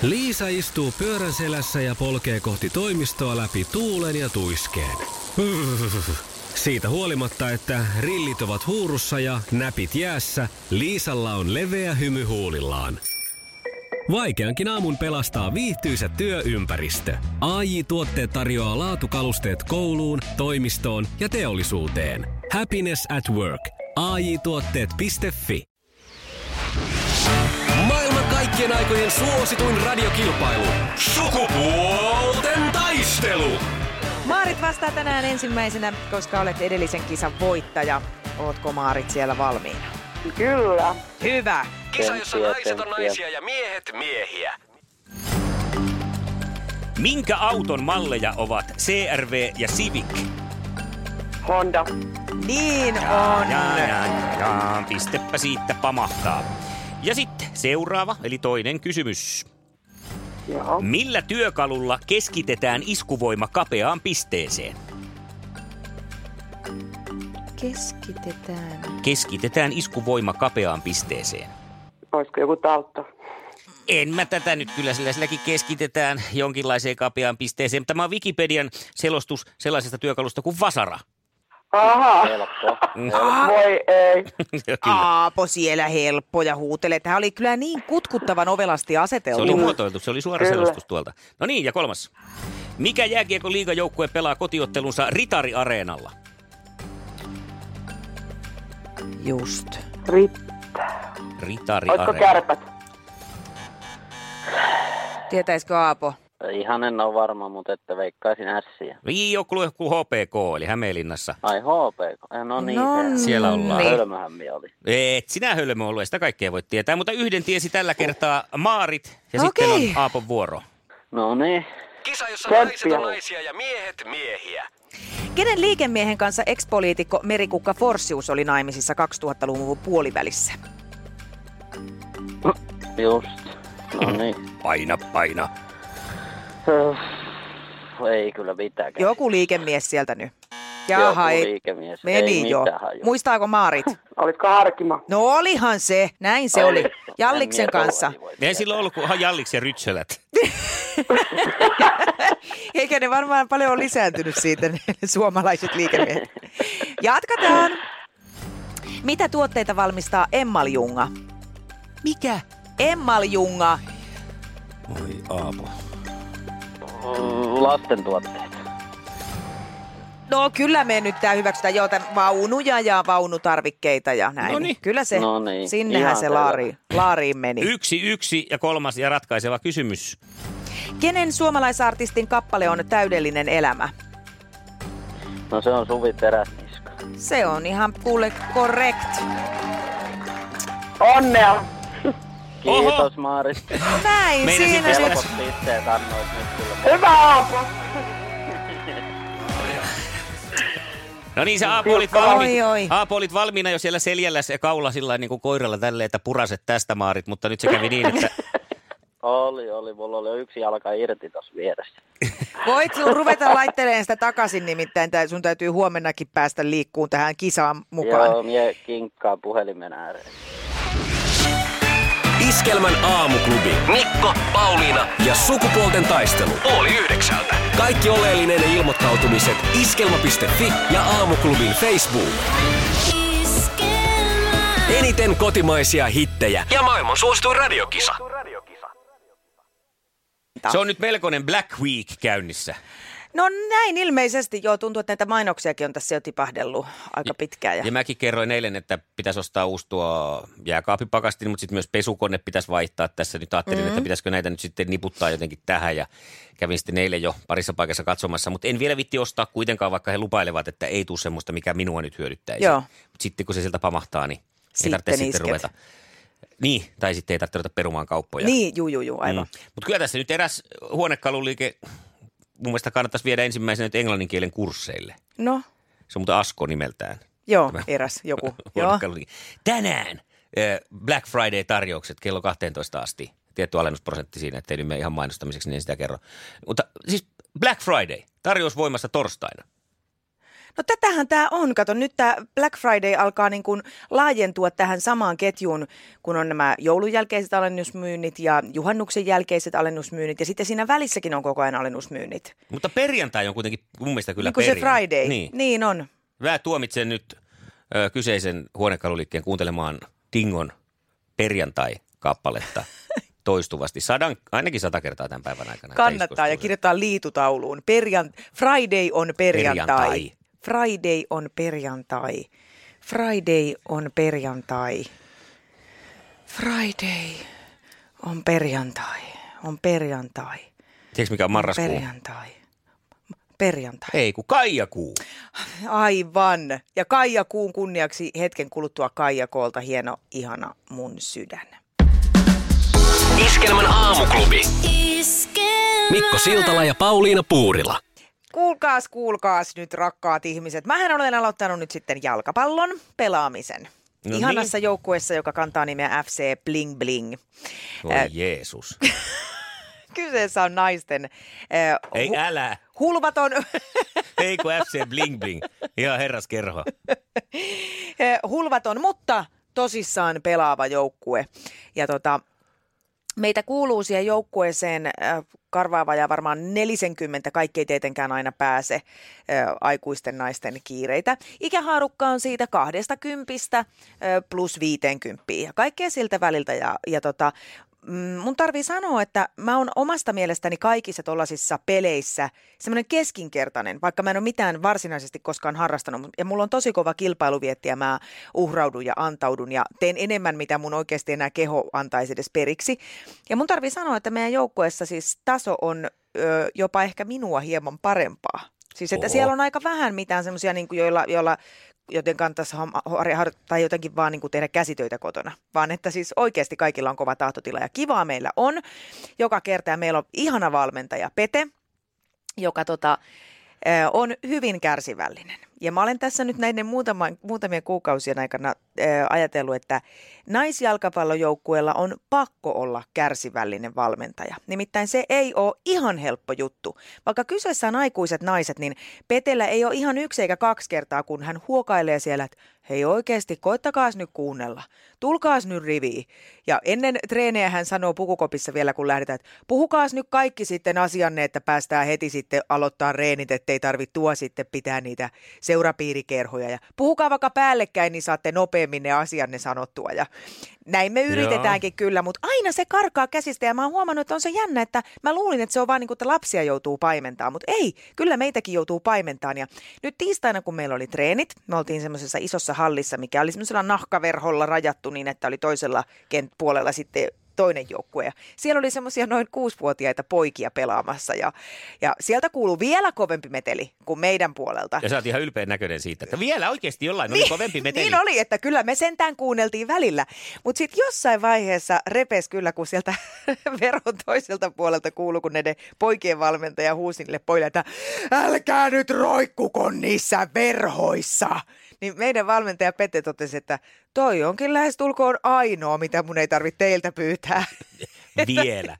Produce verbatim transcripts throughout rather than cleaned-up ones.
Liisa istuu pyörän selässä ja polkee kohti toimistoa läpi tuulen ja tuiskeen. Siitä huolimatta, että rillit ovat huurussa ja näpit jäässä, Liisalla on leveä hymy huulillaan. Vaikeankin aamun pelastaa viihtyisä työympäristö. A J-tuotteet tarjoaa laatukalusteet kouluun, toimistoon ja teollisuuteen. Happiness at work. A J tuotteet piste fi. Maailman kaikkien aikojen suosituin radiokilpailu. Sukupuolten taistelu. Maarit vastaa tänään ensimmäisenä, koska olet edellisen kisan voittaja. Ootko Maarit siellä valmiina? Kyllä. Hyvä. Kisa, jossa naiset on naisia ja miehet miehiä. Minkä auton malleja ovat C R V ja Civic? Honda. Niin on. Ja, ja, ja, ja. Pistepä siitä pamahtaa. Ja sitten seuraava, eli toinen kysymys. Joo. Millä työkalulla keskitetään iskuvoima kapeaan pisteeseen? Keskitetään. Keskitetään iskuvoima kapeaan pisteeseen. Olisiko joku taltto? En mä tätä nyt kyllä, sillä silläkin keskitetään jonkinlaiseen kapeaan pisteeseen. Tämä on Wikipedian selostus sellaisesta työkalusta kuin vasara. Aha. Helppo. Voi ei. Kyllä. Aapo siellä helppo ja huutelee. Tämä oli kyllä niin kutkuttavan ovelasti Se aseteltu. oli muotoiltu, se oli suora Kyllä. selostus tuolta. No niin, ja kolmas. Mikä jääkiekon liigajoukkue pelaa kotiottelunsa Ritari-areenalla? Just. Riittää. Ritari-areena. Oletko kärpät? Tietäisikö Aapo? Ihan en ole varma, mutta että veikkaisin ässiä. Viijokkulu joku H P K, eli Hämeenlinnassa. Ai H P K. No niin. No se- Siellä ollaan. niin. Hölmöhän minä oli. Et sinä hölmö ollut, ei sitä kaikkea voi tietää, mutta yhden tiesi tällä kertaa Maarit ja Okei. sitten on Aapon vuoro. No niin. Kisa, jossa Tsemppiä. naiset on naisia ja miehet miehiä. Kenen liikemiehen kanssa ex-poliitikko Merikukka Forsius oli naimisissa kaksituhattaluvun puolivälissä? Just. No niin. Paina, paina. Öh, Ei kyllä mitään. Joku liikemies sieltä nyt. Jaha, Joku ei. liikemies. Meni ei jo. mitään hajua. Muistaako Maarit? Olisiko Harkima? No olihan se. Näin se oli. Jalliksen En minä kanssa. tuollaisia voi Ei tietää. silloin ollut kuin Jalliks ja Rytsölät. Eikä ne varmaan paljon ole lisääntynyt siitä, ne suomalaiset liikemiehet. Jatketaan. Mitä tuotteita valmistaa Emmaljunga? Mikä? Emmaljunga. Oi Aapo. Mm, Lasten tuotteet. No kyllä me nyt tää hyväksytään. Joo, tän vaunuja ja vaunutarvikkeita ja näin. Noniin. Kyllä se, No niin, sinnehän ihan se selvä. laari, laariin meni. Yksi, yksi ja kolmas ja ratkaiseva kysymys. Kenen suomalaisartistin kappale on Täydellinen elämä? No se on Suvi Teräsniska. Se on ihan kuule correct. Onnea. Kiitos Maarit. Näin, Meinasin siinä vielä- se. Helpot pisteet annoit nyt kyllä. Hyvä Aapo. No niin, sä Aapo olit, Oi, valmi... oi. Aapo olit valmiina jo siellä seljällä se kaula sillä niin kuin koiralla tälleen, että puraset tästä Maarit, mutta nyt se kävi niin, että Oli, oli. Mulla oli jo yksi jalka irti tossa vieressä. Voit sun ruveta laittelemaan sitä takaisin, nimittäin tää- sun täytyy huomennakin päästä liikkuun tähän kisaan mukaan. Joo, mie kinkkaan puhelimen ääreen. Iskelmän aamuklubi. Mikko, Pauliina ja sukupuolten taistelu. Oli yhdeksältä. Kaikki oleellinen ilmoittautumiset iskelma piste fi ja aamuklubin Facebook. Eniten kotimaisia hittejä ja maailman suosituin radiokisa. se on nyt melkoinen Black Week käynnissä. No näin ilmeisesti. Joo, tuntuu, että näitä mainoksiakin on tässä jo tipahdellut aika pitkään. Ja... Ja mäkin kerroin eilen, että pitäisi ostaa uusi tuo jääkaapipakastin, mutta sitten myös pesukone pitäisi vaihtaa tässä. Nyt ajattelin, mm-hmm. että pitäisikö näitä nyt sitten niputtaa jotenkin tähän ja kävin sitten eilen jo parissa paikassa katsomassa. Mutta en vielä vitti ostaa kuitenkaan, vaikka he lupailevat, että ei tule semmoista, mikä minua nyt hyödyttäisi. Joo. Mutta sitten kun se sieltä pamahtaa, niin ei Sitten tarvitse sitten isket. ruveta. Niin, tai sitten ei tarvitse ruveta perumaan kauppoja. Niin, juu, juu, juu, aivan. Mm. Mutta kyllä tässä nyt eräs huonekaluliike, mun mielestä kannattaisi viedä ensimmäisenä nyt englannin kielen kursseille. No, Se on muuten Asko nimeltään. joo, Tämä eräs joku. Joo. huonekaluliike. Tänään eh, Black Friday-tarjoukset kello kaksitoista asti. Tietty alennusprosentti siinä, ettei nyt mene ihan mainostamiseksi, niin en sitä kerro. Mutta siis Black Friday, tarjous voimassa torstaina. No tätähän tämä on. Kato, nyt tämä Black Friday alkaa niin kuin laajentua tähän samaan ketjuun, kun on nämä joulun jälkeiset alennusmyynnit ja juhannuksen jälkeiset alennusmyynnit. Ja sitten siinä välissäkin on koko ajan alennusmyynnit. Mutta perjantai on kuitenkin mun mielestä kyllä niin kuin perjantai. se Friday. Niin. niin on. Mä tuomitsen nyt ö, kyseisen huonekaluliikkeen kuuntelemaan Dingon perjantai-kappaletta toistuvasti. Sadan, ainakin sata kertaa tämän päivän aikana. Kannattaa ja kirjoittaa liitutauluun. Perjan... Friday on perjantai. perjantai. Friday on perjantai. Friday on perjantai. Friday on perjantai. On perjantai. Tiedätkö mikä on marraskuu? Perjantai. Perjantai. Ei, kun Kaijakuu. Aivan. Ja Kaijakuun kunniaksi hetken kuluttua Kaijakoolta hieno, ihana mun sydän. Iskelmän aamuklubi. Mikko Siltala ja Pauliina Puurila. Kuulkaas, kuulkaas nyt rakkaat ihmiset. Mähän olen aloittanut nyt sitten jalkapallon pelaamisen. No Ihanassa niin. joukkueessa, joka kantaa nimeä F C Bling Bling. Voi äh, Jeesus. Kyseessä on naisten... Äh, Ei hu- älä. Hulvaton... Ei kun F C Bling Bling. Ihan herras kerho. Hulvaton, mutta tosissaan pelaava joukkue. Ja tota... Meitä kuuluu siihen joukkueeseen äh, karvaava ja varmaan nelisenkymmentä, kaikki ei tietenkään aina pääse äh, aikuisten naisten kiireitä. Ikähaarukka on siitä kahdesta kympistä äh, plus viiteenkymppiä ja kaikkea siltä väliltä. Ja, ja tota, mun tarvii sanoa, että mä oon omasta mielestäni kaikissa tollasissa peleissä semmoinen keskinkertainen, vaikka mä en ole mitään varsinaisesti koskaan harrastanut. Ja mulla on tosi kova kilpailuvietti ja mä uhraudun ja antaudun ja teen enemmän, mitä mun oikeasti enää keho antaisi edes periksi. Ja mun tarvii sanoa, että meidän joukkueessa siis taso on ö, jopa ehkä minua hieman parempaa. Siis että Oho. Siellä on aika vähän mitään semmoisia, niin kuin joilla... joilla joten kannattaisi tai jotenkin vaan niin kuin tehdä käsitöitä kotona, vaan että siis oikeasti kaikilla on kova tahtotila ja kivaa meillä on. Joka kerta meillä on ihana valmentaja Pete, joka tota, on hyvin kärsivällinen. Ja mä olen tässä nyt näiden muutama, muutamien kuukausien aikana ää, ajatellut, että naisjalkapallojoukkueella on pakko olla kärsivällinen valmentaja. Nimittäin se ei ole ihan helppo juttu. Vaikka kyseessä on aikuiset naiset, niin Petellä ei ole ihan yksi eikä kaksi kertaa, kun hän huokailee siellä, että hei oikeasti, koittakaas nyt kuunnella. Tulkaas nyt riviin. Ja ennen treenejä hän sanoo pukukopissa vielä, kun lähdetään, että puhukaas nyt kaikki sitten asianne, että päästään heti sitten aloittaa reenit, ettei tarvitse tuo sitten pitää niitä seurapiirikerhoja. Ja puhukaa vaikka päällekkäin, niin saatte nopeammin ne asianne sanottua. Ja näin me yritetäänkin Joo. kyllä, mutta aina se karkaa käsistä ja mä oon huomannut, että on se jännä, että mä luulin, että se on vaan niin kuin, että lapsia joutuu paimentamaan, mutta ei, kyllä meitäkin joutuu paimentamaan. Ja nyt tiistaina, kun meillä oli treenit, me oltiin semmoisessa isossa hallissa, mikä oli semmoisella nahkaverholla rajattu niin, että oli toisella kent- puolella sitten toinen joukkue. Ja siellä oli semmoisia noin kuusivuotiaita poikia pelaamassa ja, ja sieltä kuului vielä kovempi meteli kuin meidän puolelta. Ja sä oot ihan ylpeän näköinen siitä, että vielä oikeasti jollain oli niin, kovempi meteli. Niin oli, että kyllä me sentään kuunneltiin välillä. Mutta sitten jossain vaiheessa repes kyllä, kun sieltä veron toiselta puolelta kuului, kun ne poikien valmentaja huusi niille pojille, että älkää nyt roikkuko niissä verhoissa. Niin meidän valmentaja Pete totesi, että toi onkin lähestulkoon ainoa, mitä mun ei tarvitse teiltä pyytää. Vielä.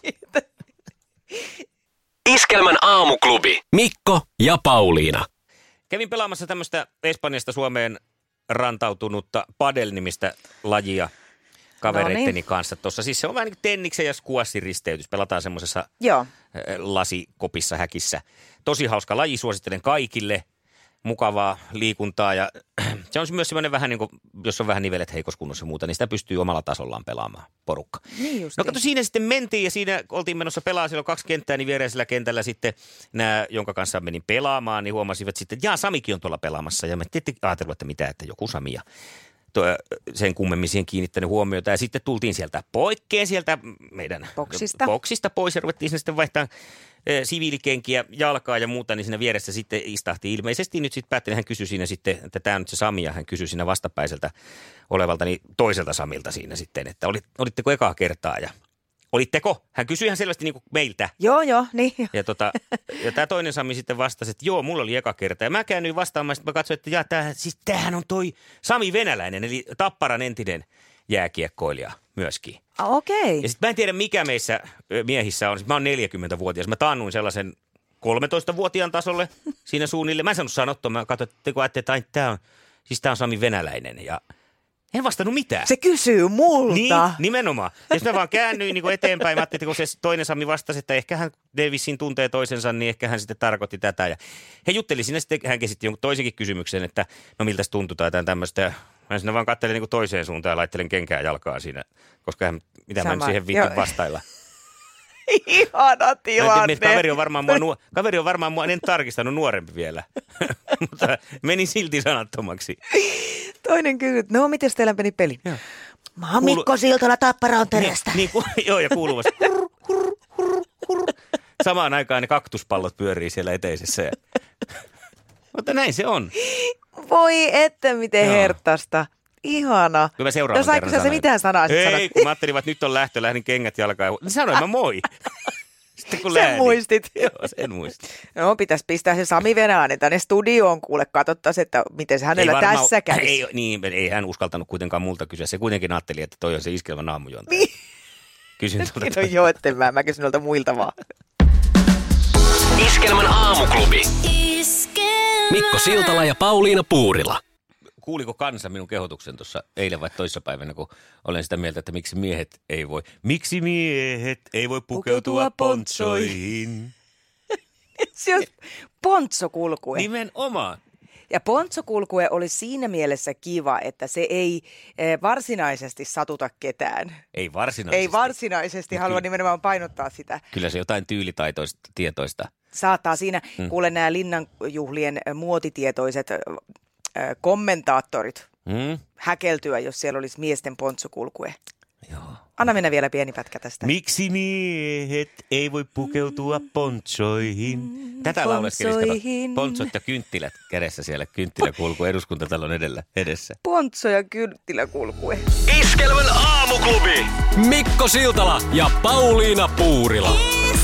Iskelmän aamuklubi. Mikko ja Pauliina. Kävin pelaamassa tämmöistä Espanjasta Suomeen rantautunutta padel-nimistä lajia kavereitteni Noniin. kanssa. Tuossa siis se on vähän niin kuin tenniksen ja squashin risteytys. Pelataan semmoisessa lasikopissa häkissä. Tosi hauska laji, suosittelen kaikille. Mukavaa liikuntaa ja se on myös semmoinen vähän niin kuin, jos on vähän nivelet heikossa kunnossa ja muuta, niin sitä pystyy omalla tasollaan pelaamaan porukka. Niin no kato, siinä sitten mentiin ja siinä oltiin menossa pelaamaan, siellä on kaksi kenttää, niin viereisellä kentällä sitten nämä, jonka kanssa menin pelaamaan, niin huomasivat sitten, että jaa, Samikin on tuolla pelaamassa ja me tietenkin ajatellut, että mitä, että joku Sami ja tuo, sen kummemmin siihen kiinnittänyt huomiota ja sitten tultiin sieltä poikkeen sieltä meidän boksista, boksista pois ja ruvettiin sinne sitten vaihtaa siviilikenkiä, jalkaa ja muuta, niin siinä vieressä sitten istahti. Ilmeisesti nyt sitten päätti, hän kysyi siinä sitten, että tämä on nyt se Sami, ja hän kysyi siinä vastapäiseltä olevalta niin toiselta Samilta siinä sitten, että olit, olitteko ekaa kertaa ja olitteko? Hän kysyi ihan selvästi niin kuin meiltä. Joo, joo, niin. Ja, tota, ja tämä toinen Sami sitten vastasi, että joo, mulla oli eka kerta. Ja mä käännyin vastaamaan, sitten mä katsoin, että jaa, tää, siis tämähän on toi Sami Venäläinen, eli Tapparan entinen jääkiekkoilija myöskin. Okei. Okay. Ja sitten mä en tiedä, mikä meissä miehissä on. Mä oon neljäkymmentävuotias. Mä taannuin sellaisen kolmetoistavuotiaan tasolle siinä suunnilleen. Mä en saanut sanottua, mä katsoin, että kun ajattelin, että tämä on, siis tää on Sami venäläinen ja en vastannut mitään. Se kysyy multa. Niin, nimenomaan. Ja sitten mä vaan käännyin niin eteenpäin. Mä ajattelin, että kun se toinen Sami vastasi, että ehkä hän Davisin tuntee toisensa, niin ehkä hän sitten tarkoitti tätä. Ja he jutteli siinä sitten, hän kesitti jonkun toisenkin kysymyksen, että no miltä se tuntui tai jotain tämmöistä. Mä siinä vaan katselin niin toiseen suuntaan ja laittelen kenkää jalkaa siinä, koska hän, mitä Sama. Mä nyt siihen viittin vastailla. Ihana tilanne. Kaveri on varmaan mua, nuo, kaveri on varmaan mua, en tarkistanut, nuorempi vielä, mutta meni silti sanattomaksi. Toinen kysyy, no mites teillä meni peli? Joo. Mä oon Kuulu... Mikko Siltala Tappara Terestä. Niin, niin, joo, ja kuuluvasti. Hur, hur, hur, hur. Samaan aikaan ne kaktuspallot pyörii siellä eteisessä. Ja... mutta näin se on. Voi että miten joo. herttasta. Ihana. Kyllä mä seuraavan no saiko sä se mitään sanaa? Ei, sanat? kun mä ajattelin, että nyt on lähtö, lähdin kengät jalkaan. Niin sanoin mä moi. Sitten kun sen lähdin. muistit. Joo, sen muistin. No, pitäisi pistää se Sami Venäläinen tänne studioon, kuule, katsottaisiin, että miten se hänellä varmaan, tässä kävisi. Ei, niin, ei hän uskaltanut kuitenkaan multa kysyä. Se kuitenkin ajatteli, että toi on se Iskelmän aamujuonta. Niin. Kysyn tuolta. No joo, etten mä, mä kysyn noilta muilta vaan. Iskelmän aamuklubi. Mikko Siltala ja Pauliina Puurila. Kuuliko kansa minun kehotuksen tuossa eilen vai toissapäivänä, kun olen sitä mieltä, että miksi miehet ei voi, miksi miehet ei voi pukeutua pontsoihin? Se on pontsokulkue. Nimenomaan. Ja pontsokulkue oli siinä mielessä kiva, että se ei eh, varsinaisesti satuta ketään. Ei varsinaisesti. Ei varsinaisesti, haluan nimenomaan painottaa sitä. Kyllä se jotain tyylitaitoista, tietoista. Saattaa siinä, hmm. kuule nämä linnanjuhlien muotitietoiset kommentaattorit mm. häkeltyä, jos siellä olisi miesten pontsokulkue. Joo. Anna mennä vielä pieni pätkä tästä. Miksi miehet ei voi pukeutua pontsoihin? Tätä lauleskelisi, pontsot ja kynttilät kädessä siellä. Kynttilä kulkuu eduskuntatalon edellä, edessä. Pontso ja kynttilä kulkue. Iskelmän aamuklubi. Mikko Siltala ja Pauliina Puurila.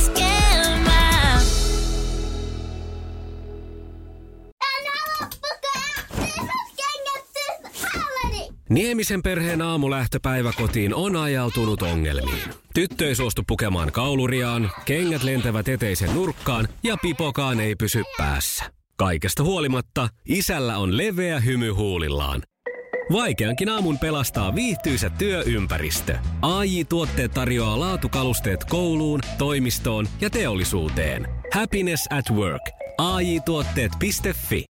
Niemisen perheen aamulähtöpäivä kotiin on ajautunut ongelmiin. Tyttö ei suostu pukemaan kauluriaan, kengät lentävät eteisen nurkkaan ja pipokaan ei pysy päässä. Kaikesta huolimatta isällä on leveä hymy huulillaan. Vaikeankin aamun pelastaa viihtyisä työympäristö. A J-tuotteet tarjoaa laatukalusteet kouluun, toimistoon ja teollisuuteen. Happiness at work. A J tuotteet piste fi